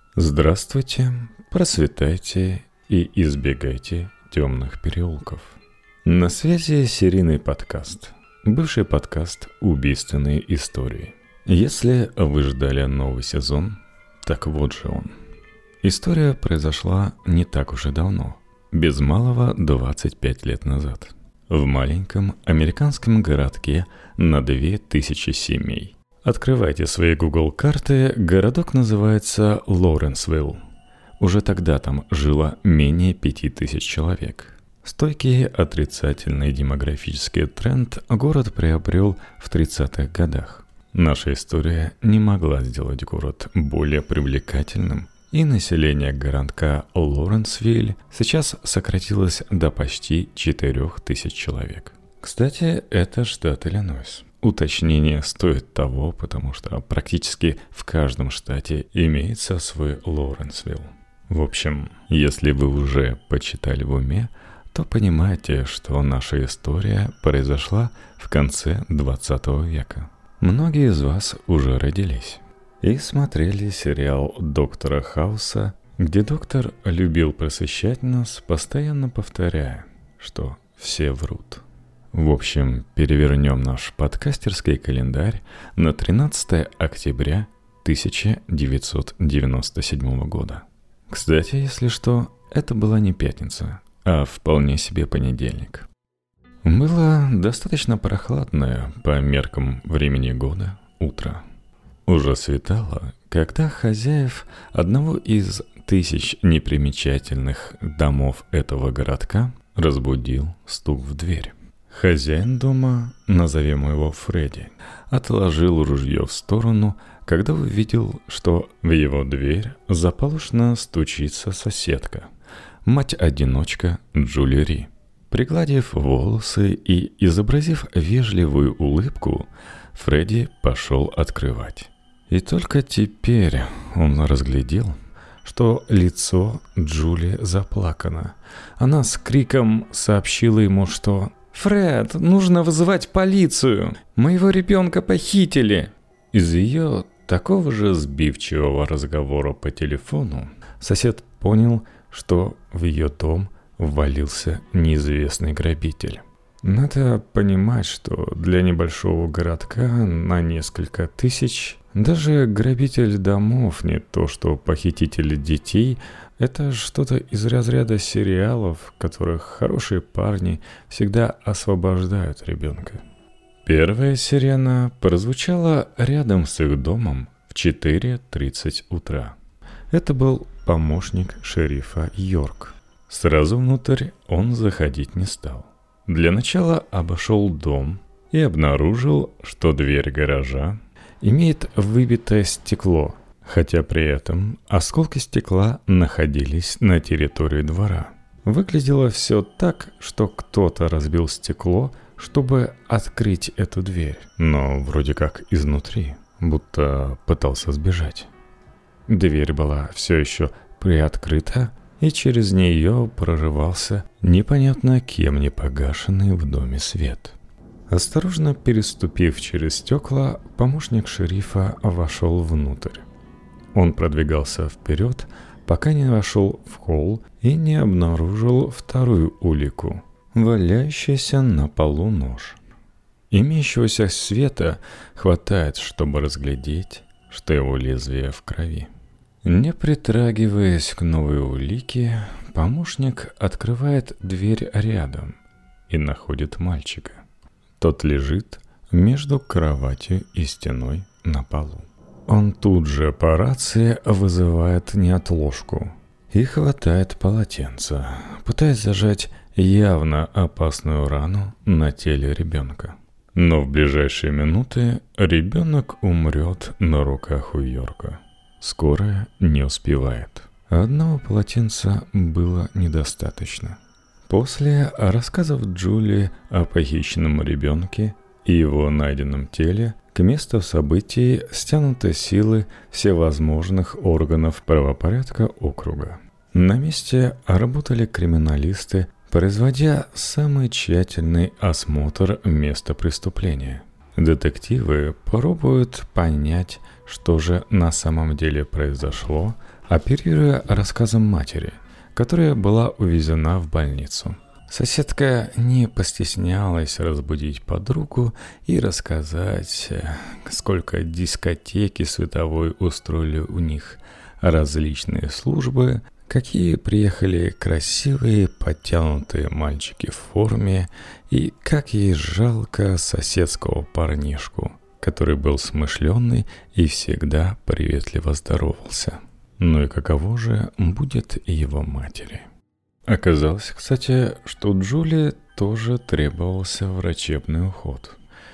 Здравствуйте, процветайте и избегайте темных переулков. На связи серийный подкаст, бывший подкаст «Убийственные истории». Если вы ждали новый сезон, так вот же он. История произошла не так уж и давно, без малого 25 лет назад, в маленьком американском городке на 2000 семей. Открывайте свои Google карты, городок называется Лоуренсвилл. Уже тогда там жило менее 5000 человек. Стойкий отрицательный демографический тренд город приобрел в 30-х годах. Наша история не могла сделать город более привлекательным, и население городка Лоуренсвилл сейчас сократилось до почти 4000 человек. Кстати, это штат Иллинойс. Уточнение стоит того, потому что практически в каждом штате имеется свой Лоуренсвилл. В общем, если вы уже почитали в уме, то понимаете, что наша история произошла в конце 20 века. Многие из вас уже родились и смотрели сериал «Доктора Хауса», где доктор любил просвещать нас, постоянно повторяя, что все врут. В общем, перевернем наш подкастерский календарь на 13 октября 1997 года. Кстати, если что, это была не пятница, а вполне себе понедельник. Было достаточно прохладное по меркам времени года утро. Уже светало, когда хозяев одного из тысяч непримечательных домов этого городка разбудил стук в дверь. Хозяин дома, назовем его Фредди, отложил ружье в сторону, когда увидел, что в его дверь заполошно стучится соседка, мать-одиночка Джули Ри. Пригладив волосы и изобразив вежливую улыбку, Фредди пошел открывать. И только теперь он разглядел, что лицо Джули заплакано. Она с криком сообщила ему, что «Фред, нужно вызывать полицию! Моего ребенка похитили!» Из ее такого же сбивчивого разговора по телефону сосед понял, что в ее дом ввалился неизвестный грабитель. Надо понимать, что для небольшого городка на несколько тысяч даже грабитель домов, не то что похититель детей, это что-то из разряда сериалов, в которых хорошие парни всегда освобождают ребенка. Первая сирена прозвучала рядом с их домом в 4:30 утра. Это был помощник шерифа Йорк. Сразу внутрь он заходить не стал. Для начала обошел дом и обнаружил, что дверь гаража имеет выбитое стекло, хотя при этом осколки стекла находились на территории двора. Выглядело все так, что кто-то разбил стекло, чтобы открыть эту дверь, но вроде как изнутри, будто пытался сбежать. Дверь была все еще приоткрыта, и через нее прорывался непонятно кем не погашенный в доме свет. Осторожно переступив через стекла, помощник шерифа вошел внутрь. Он продвигался вперед, пока не вошел в холл и не обнаружил вторую улику – валяющийся на полу нож. Имеющегося света хватает, чтобы разглядеть, что его лезвие в крови. Не притрагиваясь к новой улике, помощник открывает дверь рядом и находит мальчика. Тот лежит между кроватью и стеной на полу. Он тут же по рации вызывает неотложку и хватает полотенце, пытаясь зажать явно опасную рану на теле ребенка. Но в ближайшие минуты ребенок умрет на руках у Йорка. Скорая не успевает. Одного полотенца было недостаточно. После рассказов Джули о похищенном ребенке и его найденном теле, к месту событий стянуты силы всевозможных органов правопорядка округа. На месте работали криминалисты, производя самый тщательный осмотр места преступления. Детективы пробуют понять, что же на самом деле произошло, оперируя рассказом матери, которая была увезена в больницу. Соседка не постеснялась разбудить подругу и рассказать, сколько дискотеки световой устроили у них, различные службы, какие приехали красивые подтянутые мальчики в форме, и как ей жалко соседского парнишку, который был смышленый и всегда приветливо здоровался. Ну и каково же будет его матери? Оказалось, кстати, что Джули тоже требовался врачебный уход.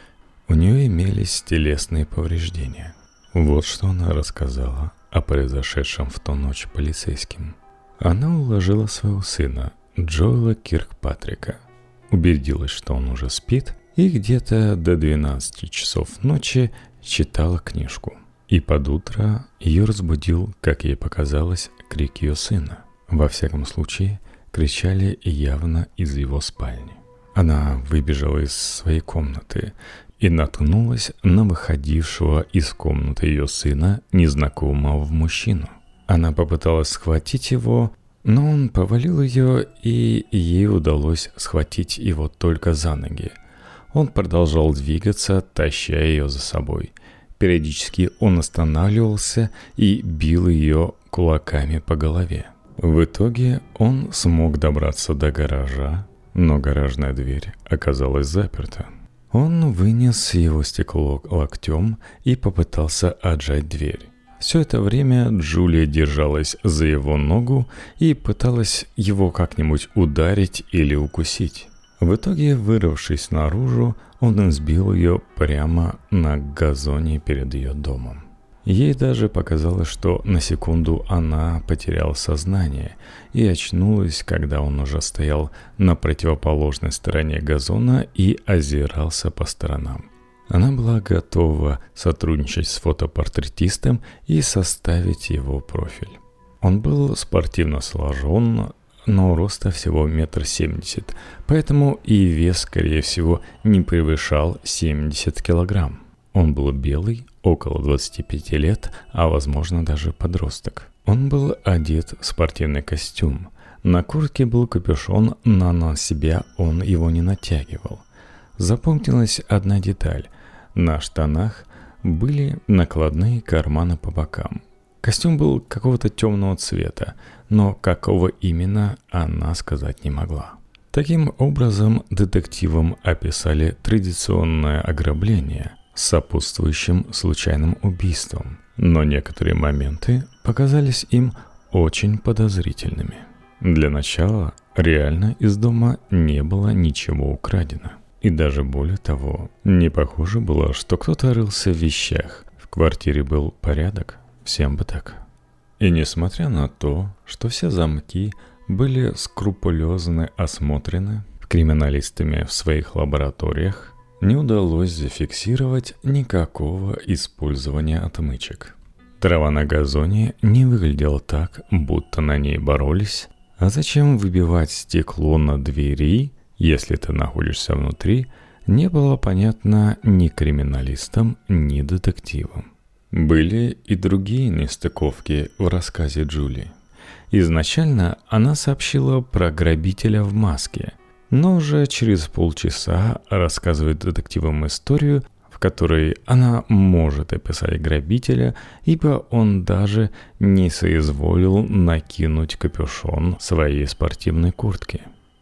У нее имелись телесные повреждения. Вот что она рассказала о произошедшем в ту ночь полицейским. Она уложила своего сына, Джоэла Киркпатрика, убедилась, что он уже спит, и где-то до 12 часов ночи читала книжку. И под утро ее разбудил, как ей показалось, крик ее сына. Во всяком случае, кричали явно из его спальни. Она выбежала из своей комнаты и наткнулась на выходившего из комнаты ее сына, незнакомого мужчину. Она попыталась схватить его, но он повалил ее, и ей удалось схватить его только за ноги. Он продолжал двигаться, таща ее за собой. Периодически он останавливался и бил ее кулаками по голове. В итоге он смог добраться до гаража, но гаражная дверь оказалась заперта. Он вынес его стекло локтем и попытался отжать дверь. Все это время Джулия держалась за его ногу и пыталась его как-нибудь ударить или укусить. В итоге, вырвавшись наружу, он избил ее прямо на газоне перед ее домом. Ей даже показалось, что на секунду она потеряла сознание и очнулась, когда он уже стоял на противоположной стороне газона и озирался по сторонам. Она была готова сотрудничать с фотопортретистом и составить его профиль. Он был спортивно сложен, но роста всего 1,70 м, поэтому и вес, скорее всего, не превышал 70 килограмм. Он был белый, около 25 лет, а возможно даже подросток. Он был одет в спортивный костюм. На куртке был капюшон, но на себя он его не натягивал. Запомнилась одна деталь. На штанах были накладные карманы по бокам. Костюм был какого-то темного цвета, но какого именно она сказать не могла. Таким образом, детективам описали традиционное ограбление с сопутствующим случайным убийством, но некоторые моменты показались им очень подозрительными. Для начала, реально из дома не было ничего украдено. И даже более того, не похоже было, что кто-то рылся в вещах. В квартире был порядок, всем бы так. И несмотря на то, что все замки были скрупулезно осмотрены криминалистами в своих лабораториях, не удалось зафиксировать никакого использования отмычек. Трава на газоне не выглядела так, будто на ней боролись. А зачем выбивать стекло на двери, если ты находишься внутри, не было понятно ни криминалистам, ни детективам. Были и другие нестыковки в рассказе Джулии. Изначально она сообщила про грабителя в маске, но уже через полчаса рассказывает детективам историю, в которой она может описать грабителя, ибо он даже не соизволил накинуть капюшон своей спортивной куртки.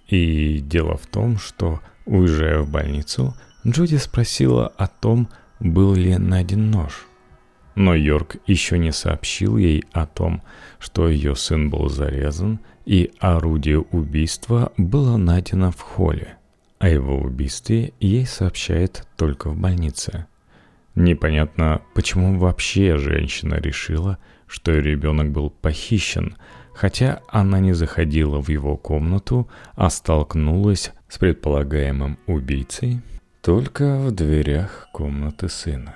И дело в том, что, уезжая в больницу, Джуди спросила о том, был ли найден нож. Но Йорк еще не сообщил ей о том, что ее сын был зарезан, и орудие убийства было найдено в холле. О его убийстве ей сообщает только в больнице. Непонятно, почему вообще женщина решила, что ее ребенок был похищен, хотя она не заходила в его комнату, а столкнулась с предполагаемым убийцей только в дверях комнаты сына.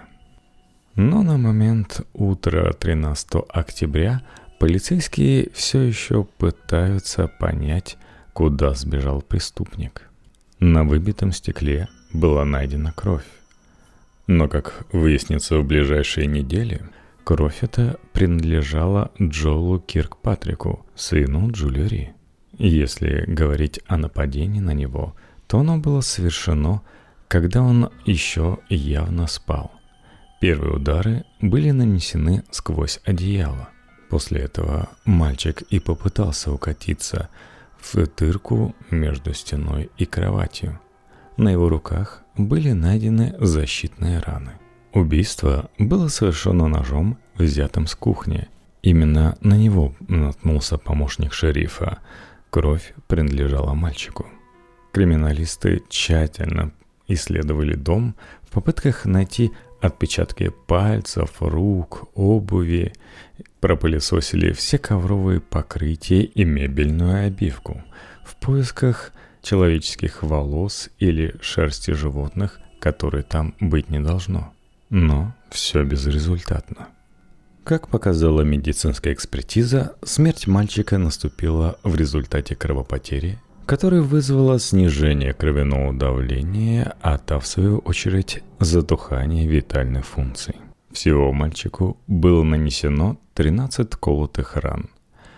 Но на момент утра 13 октября полицейские все еще пытаются понять, куда сбежал преступник. На выбитом стекле была найдена кровь. Но, как выяснится в ближайшие недели, Кровь эта принадлежала Джоэлу Киркпатрику, сыну Джули Ри. Если говорить о нападении на него, то оно было совершено, когда он еще явно спал. Первые удары были нанесены сквозь одеяло. После этого мальчик и попытался укатиться в дырку между стеной и кроватью. На его руках были найдены защитные раны. Убийство было совершено ножом, взятым с кухни. Именно на него наткнулся помощник шерифа. Кровь принадлежала мальчику. Криминалисты тщательно исследовали дом в попытках найти отпечатки пальцев, рук, обуви, пропылесосили все ковровые покрытия и мебельную обивку в поисках человеческих волос или шерсти животных, которые там быть не должно. Но все безрезультатно. Как показала медицинская экспертиза, смерть мальчика наступила в результате кровопотери, которая вызвала снижение кровяного давления, а та, в свою очередь, затухание витальных функций. Всего мальчику было нанесено 13 колотых ран.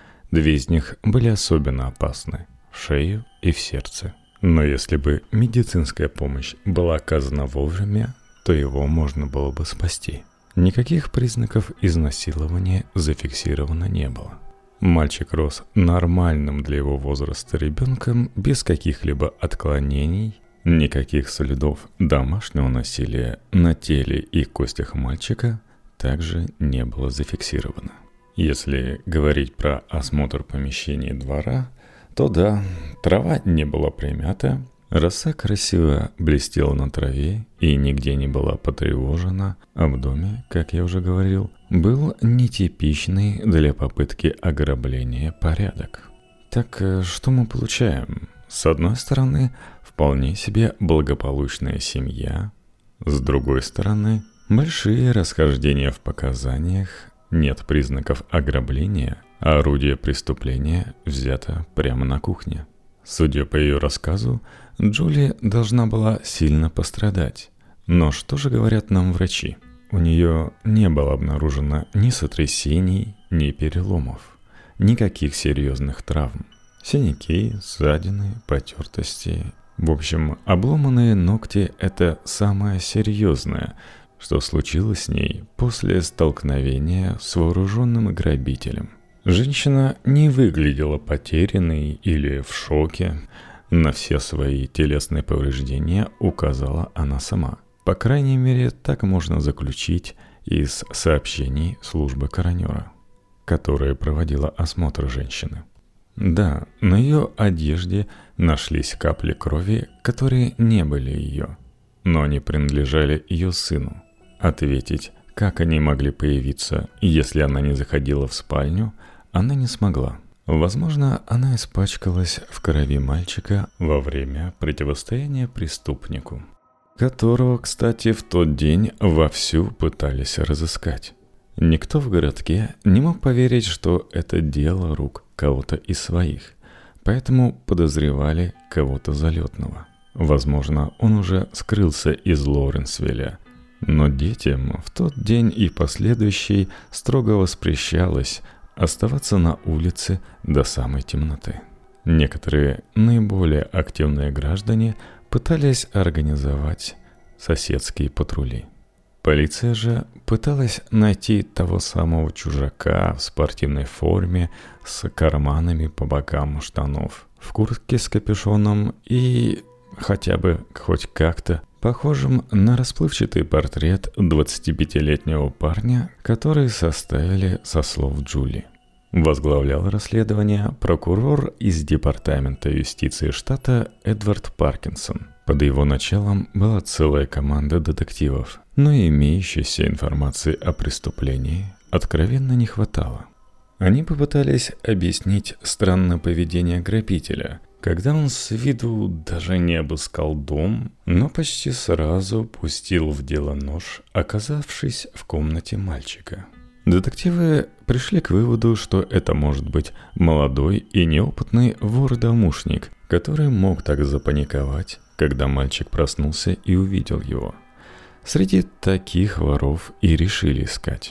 2 из них были особенно опасны – в шею и в сердце. Но если бы медицинская помощь была оказана вовремя, то его можно было бы спасти. Никаких признаков изнасилования зафиксировано не было. Мальчик рос нормальным для его возраста ребенком без каких-либо отклонений, никаких следов домашнего насилия на теле и костях мальчика также не было зафиксировано. Если говорить про осмотр помещений двора, то да, трава не была примята, роса красиво блестела на траве и нигде не была потревожена, а в доме, как я уже говорил, был нетипичный для попытки ограбления порядок. Так что мы получаем? С одной стороны, вполне себе благополучная семья, с другой стороны, большие расхождения в показаниях, нет признаков ограбления, а орудие преступления взято прямо на кухне. Судя по ее рассказу, Джули должна была сильно пострадать. Но что же говорят нам врачи? У нее не было обнаружено ни сотрясений, ни переломов, никаких серьезных травм. Синяки, ссадины, потертости. В общем, обломанные ногти – это самое серьезное, что случилось с ней после столкновения с вооруженным грабителем. Женщина не выглядела потерянной или в шоке. На все свои телесные повреждения указала она сама. По крайней мере, так можно заключить из сообщений службы коронера, которая проводила осмотр женщины. Да, на ее одежде нашлись капли крови, которые не были ее, но они принадлежали ее сыну. Ответить, как они могли появиться, если она не заходила в спальню, она не смогла. Возможно, она испачкалась в крови мальчика во время противостояния преступнику, которого, кстати, в тот день вовсю пытались разыскать. Никто в городке не мог поверить, что это дело рук кого-то из своих, поэтому подозревали кого-то залетного. Возможно, он уже скрылся из Лоуренсвилля, но детям в тот день и последующий строго воспрещалось оставаться на улице до самой темноты. Некоторые наиболее активные граждане пытались организовать соседские патрули. Полиция же пыталась найти того самого чужака в спортивной форме с карманами по бокам штанов, в куртке с капюшоном и хотя бы хоть как-то похожим на расплывчатый портрет 25-летнего парня, который составили со слов Джули. Возглавлял расследование прокурор из Департамента юстиции штата Эдвард Паркинсон. Под его началом была целая команда детективов, но имеющейся информации о преступлении откровенно не хватало. Они попытались объяснить странное поведение грабителя, когда он с виду даже не обыскал дом, но почти сразу пустил в дело нож, оказавшись в комнате мальчика. Детективы пришли к выводу, что это может быть молодой и неопытный вор-домушник, который мог так запаниковать, когда мальчик проснулся и увидел его. Среди таких воров и решили искать.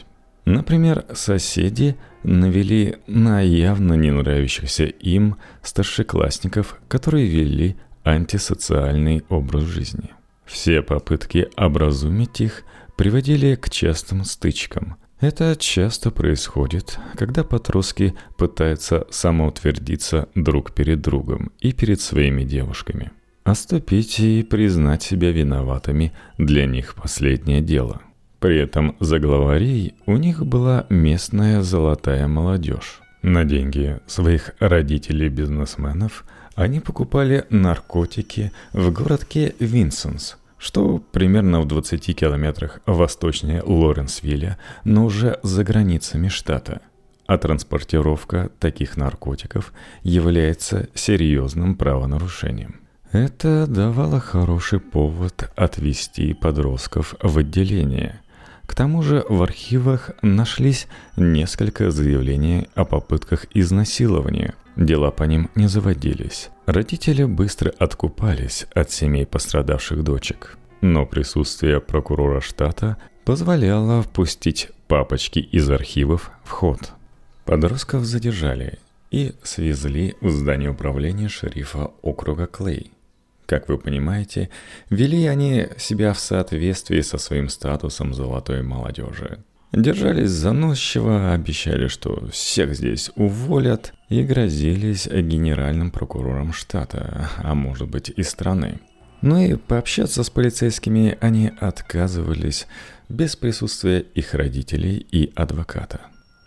Например, соседи навели на явно не нравящихся им старшеклассников, которые вели антисоциальный образ жизни. Все попытки образумить их приводили к частым стычкам. Это часто происходит, когда подростки пытаются самоутвердиться друг перед другом и перед своими девушками. Оступить и признать себя виноватыми для них последнее дело. При этом за главарей у них была местная золотая молодежь. На деньги своих родителей-бизнесменов они покупали наркотики в городке Винсенс, что примерно в 20 километрах восточнее Лоренсвилля, но уже за границами штата. А транспортировка таких наркотиков является серьезным правонарушением. Это давало хороший повод отвезти подростков в отделение. К тому же в архивах нашлись несколько заявлений о попытках изнасилования. Дела по ним не заводились. Родители быстро откупались от семей пострадавших дочек. Но присутствие прокурора штата позволяло впустить папочки из архивов в ход. Подростков задержали и свезли в здание управления шерифа округа Клей. Как вы понимаете, вели они себя в соответствии со своим статусом золотой молодежи. Держались заносчиво, обещали, что всех здесь уволят, и грозились генеральным прокурором штата, а может быть и страны. Но и пообщаться с полицейскими они отказывались без присутствия их родителей и адвоката.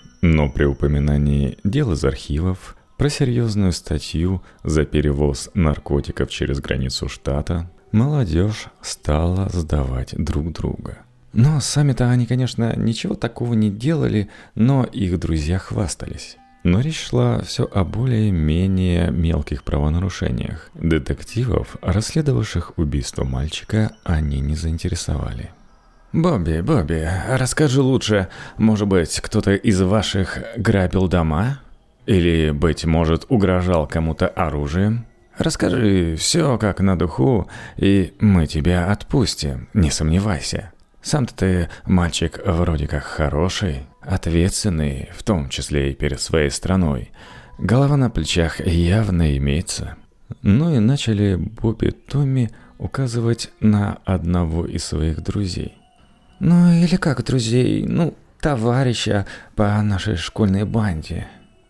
Но при упоминании дел из архивов, про серьезную статью за перевоз наркотиков через границу штата, молодежь стала сдавать друг друга. Но сами-то они, конечно, ничего такого не делали, но их друзья хвастались. Но речь шла все о более-менее мелких правонарушениях. Детективов, расследовавших убийство мальчика, они не заинтересовали. «Бобби, расскажи лучше, может быть, кто-то из ваших грабил дома? Или, быть может, угрожал кому-то оружием? Расскажи все как на духу, и мы тебя отпустим, не сомневайся. Сам-то ты мальчик вроде как хороший, ответственный, в том числе и перед своей страной. Голова на плечах явно имеется». Ну и начали Бобби и Томми указывать на одного из своих друзей. «Ну или как друзей, товарища по нашей школьной банде».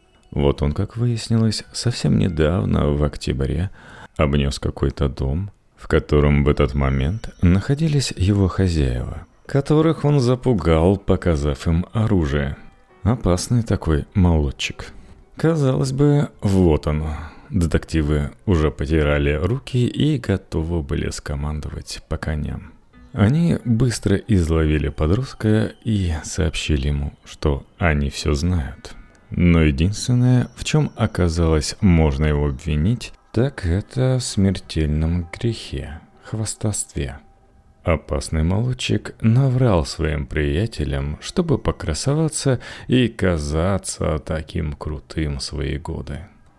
Вот он, как выяснилось, совсем недавно, в октябре, обнес какой-то дом, в котором в этот момент находились его хозяева, которых он запугал, показав им оружие. Опасный такой молодчик. Казалось бы, вот оно. Детективы уже потирали руки и готовы были скомандовать по коням. Они быстро изловили подростка и сообщили ему, что они все знают. Но единственное, в чем оказалось можно его обвинить, так это в смертельном грехе – хвастовстве. Опасный молодчик наврал своим приятелям, чтобы покрасоваться и казаться таким крутым в свои годы.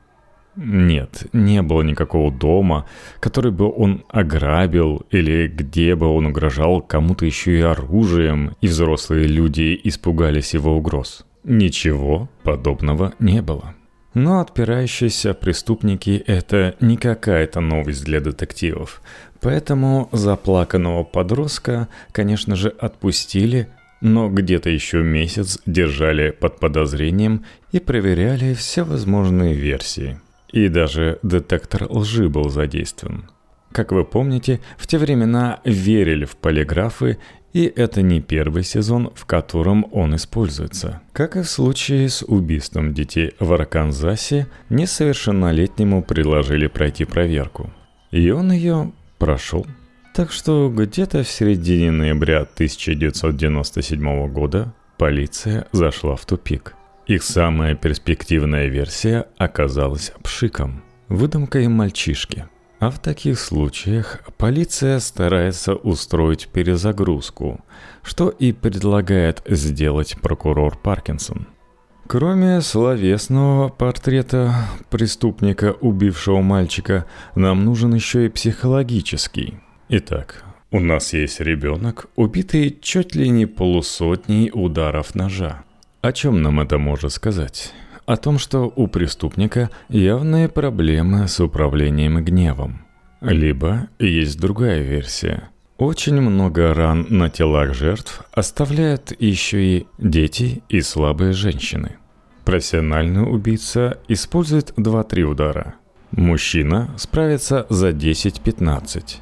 Нет, не было никакого дома, который бы он ограбил, или где бы он угрожал кому-то еще и оружием, и взрослые люди испугались его угроз. Ничего подобного не было. Но отпирающиеся преступники – это не какая-то новость для детективов. Поэтому заплаканного подростка, конечно же, отпустили, но где-то еще месяц держали под подозрением и проверяли все возможные версии. И даже детектор лжи был задействован. Как вы помните, в те времена верили в полиграфы, и это не первый сезон, в котором он используется. Как и в случае с убийством детей в Арканзасе, несовершеннолетнему предложили пройти проверку. И он ее прошел. Так что где-то в середине ноября 1997 года полиция зашла в тупик. Их самая перспективная версия оказалась пшиком, выдумкой мальчишки. А в таких случаях полиция старается устроить перезагрузку, что и предлагает сделать прокурор Паркинсон. Кроме словесного портрета преступника, убившего мальчика, нам нужен еще и психологический. Итак, У нас есть ребенок, убитый чуть ли не полусотней ударов ножа. О чем нам это может сказать? О том, что у преступника явные проблемы с управлением гневом. Либо есть другая версия. Очень много ран на телах жертв оставляют еще и дети и слабые женщины. Профессиональный убийца использует 2-3 удара. Мужчина справится за 10-15.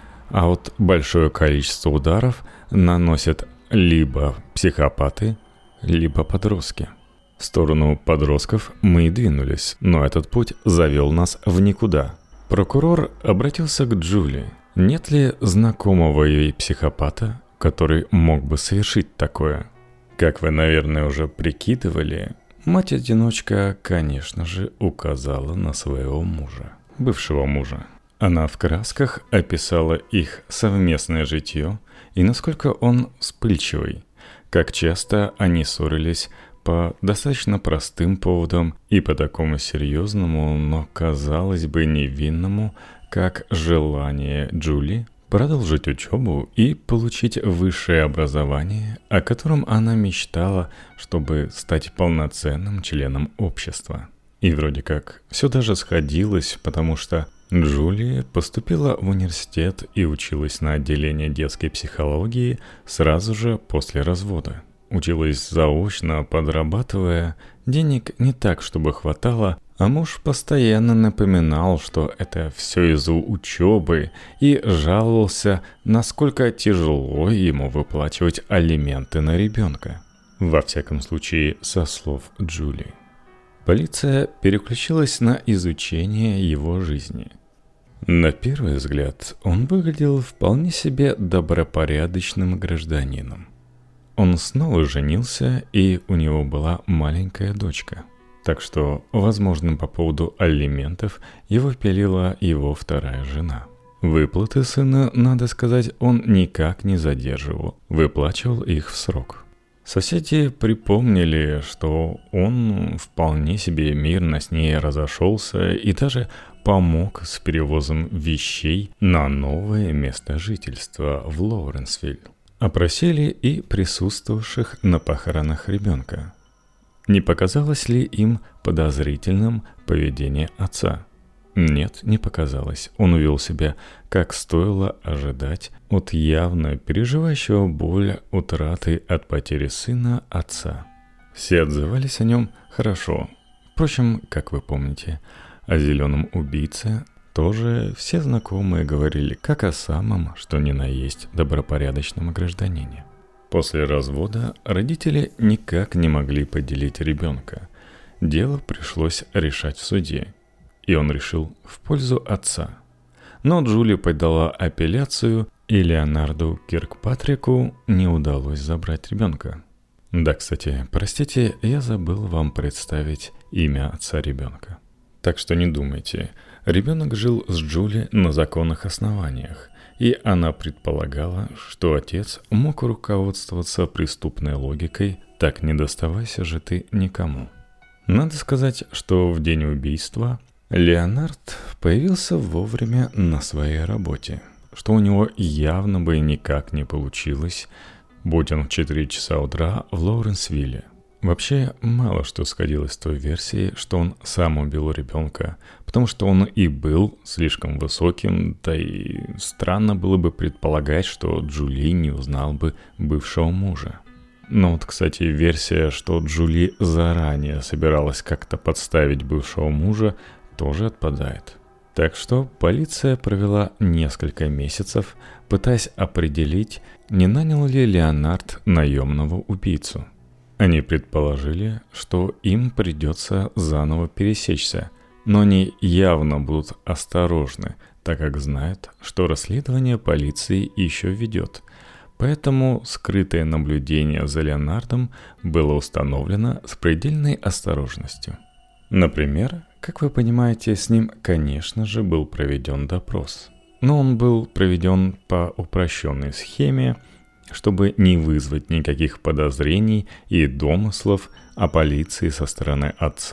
А вот большое количество ударов наносят либо психопаты, либо подростки. В сторону подростков мы и двинулись, но этот путь завел нас в никуда. Прокурор обратился к Джули. Нет ли знакомого ей психопата, который мог бы совершить такое? Как вы, наверное, уже прикидывали, мать-одиночка, конечно же, указала на своего мужа, бывшего мужа. Она в красках описала их совместное житье и насколько он вспыльчивый, как часто они ссорились по достаточно простым поводам и по такому серьезному, но, казалось бы, невинному, как желание Джули продолжить учебу и получить высшее образование, о котором она мечтала, чтобы стать полноценным членом общества. И вроде как все даже сходилось, потому что Джули поступила в университет и училась на отделении детской психологии сразу же после развода. Училась заочно, подрабатывая, денег не так, чтобы хватало, а муж постоянно напоминал, что это все из-за учебы, и жаловался, насколько тяжело ему выплачивать алименты на ребенка. Во всяком случае, со слов Джули. Полиция переключилась на изучение его жизни. На первый взгляд, он выглядел вполне себе добропорядочным гражданином. Он снова женился, и у него была маленькая дочка. Так что, возможно, по поводу алиментов его пилила его вторая жена. Выплаты сына, надо сказать, он никак не задерживал, выплачивал их в срок. Соседи припомнили, что он вполне себе мирно с ней разошелся и даже помог с перевозом вещей на новое место жительства в Лоуренсвилл. Опросили и присутствовавших на похоронах ребенка. Не показалось ли им подозрительным поведение отца? Нет, не показалось. Он вел себя, как стоило ожидать, от явно переживающего боль утраты от потери сына отца. Все отзывались о нем хорошо. Впрочем, как вы помните, о зеленом убийце тоже все знакомые говорили как о самом, что ни на есть добропорядочном гражданине. После развода родители никак не могли поделить ребенка. Дело пришлось решать в суде, и он решил в пользу отца. Но Джули подала апелляцию, и Леонарду Киркпатрику не удалось забрать ребенка. Да, кстати, простите, я забыл вам представить имя отца ребенка. Так что не думайте, ребенок жил с Джули на законных основаниях, и она предполагала, что отец мог руководствоваться преступной логикой, так не доставайся же ты никому. Надо сказать, что в день убийства Леонард появился вовремя на своей работе, что у него явно бы никак не получилось, будь он в 4 часа утра в Лоуренсвилле. Вообще, мало что сходилось с той версией, что он сам убил ребенка, потому что он и был слишком высоким, да и странно было бы предполагать, что Джули не узнал бы бывшего мужа. Но вот, кстати, версия, что Джули заранее собиралась как-то подставить бывшего мужа, тоже отпадает. Так что полиция провела несколько месяцев, пытаясь определить, не нанял ли Леонард наемного убийцу. Они предположили, что им придется заново пересечься, но они явно будут осторожны, так как знают, что расследование полиции еще ведет. Поэтому скрытое наблюдение за Леонардом было установлено с предельной осторожностью. Например, как вы понимаете, с ним, конечно же, был проведен допрос. Но он был проведен по упрощенной схеме, чтобы не вызвать никаких подозрений и домыслов о полиции со стороны отца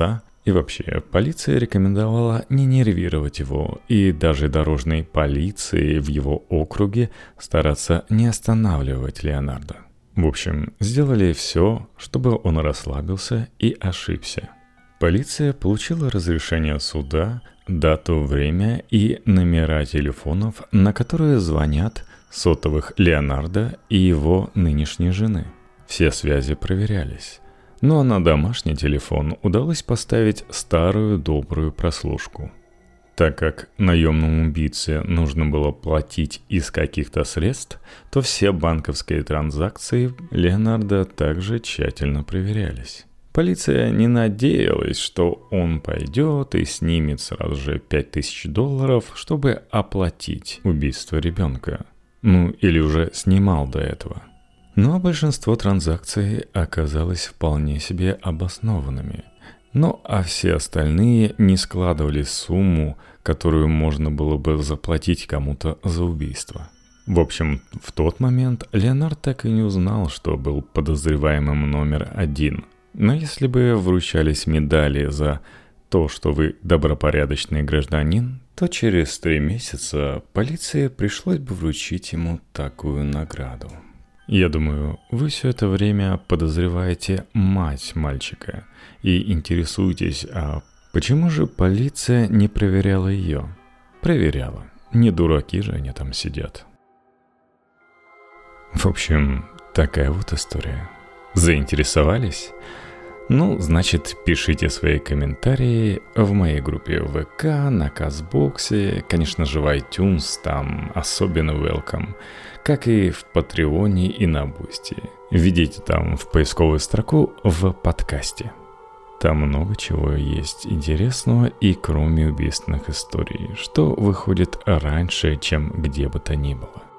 И вообще, полиция рекомендовала не нервировать его, и даже дорожной полиции в его округе стараться не останавливать Леонардо. В общем, сделали все, чтобы он расслабился и ошибся. Полиция получила разрешение суда, дату, время и номера телефонов, на которые звонят сотовых Леонардо и его нынешней жены. Все связи проверялись. Но на домашний телефон удалось поставить старую добрую прослушку. Так как наемному убийце нужно было платить из каких-то средств, то все банковские транзакции Леонардо также тщательно проверялись. Полиция не надеялась, что он пойдет и снимет сразу же $5000, чтобы оплатить убийство ребенка. Ну, или уже снимал до этого. Но большинство транзакций оказалось вполне себе обоснованными. Ну, а все остальные не складывали сумму, которую можно было бы заплатить кому-то за убийство. В общем, в тот момент Леонард так и не узнал, что был подозреваемым номер 1. Но если бы вручались медали за то, что вы добропорядочный гражданин, то через 3 месяца полиции пришлось бы вручить ему такую награду. Я думаю, вы все это время подозреваете мать мальчика и интересуетесь, а почему же полиция не проверяла ее? Проверяла. Не дураки же они там сидят. В общем, такая вот история. Заинтересовались? Ну, значит, пишите свои комментарии в моей группе ВК, на Казбоксе, конечно же в iTunes, там особенно welcome, как и в Патреоне и на Бусти. Введите там в поисковую строку в подкасте. Там много чего есть интересного и кроме убийственных историй, что выходит раньше, чем где бы то ни было.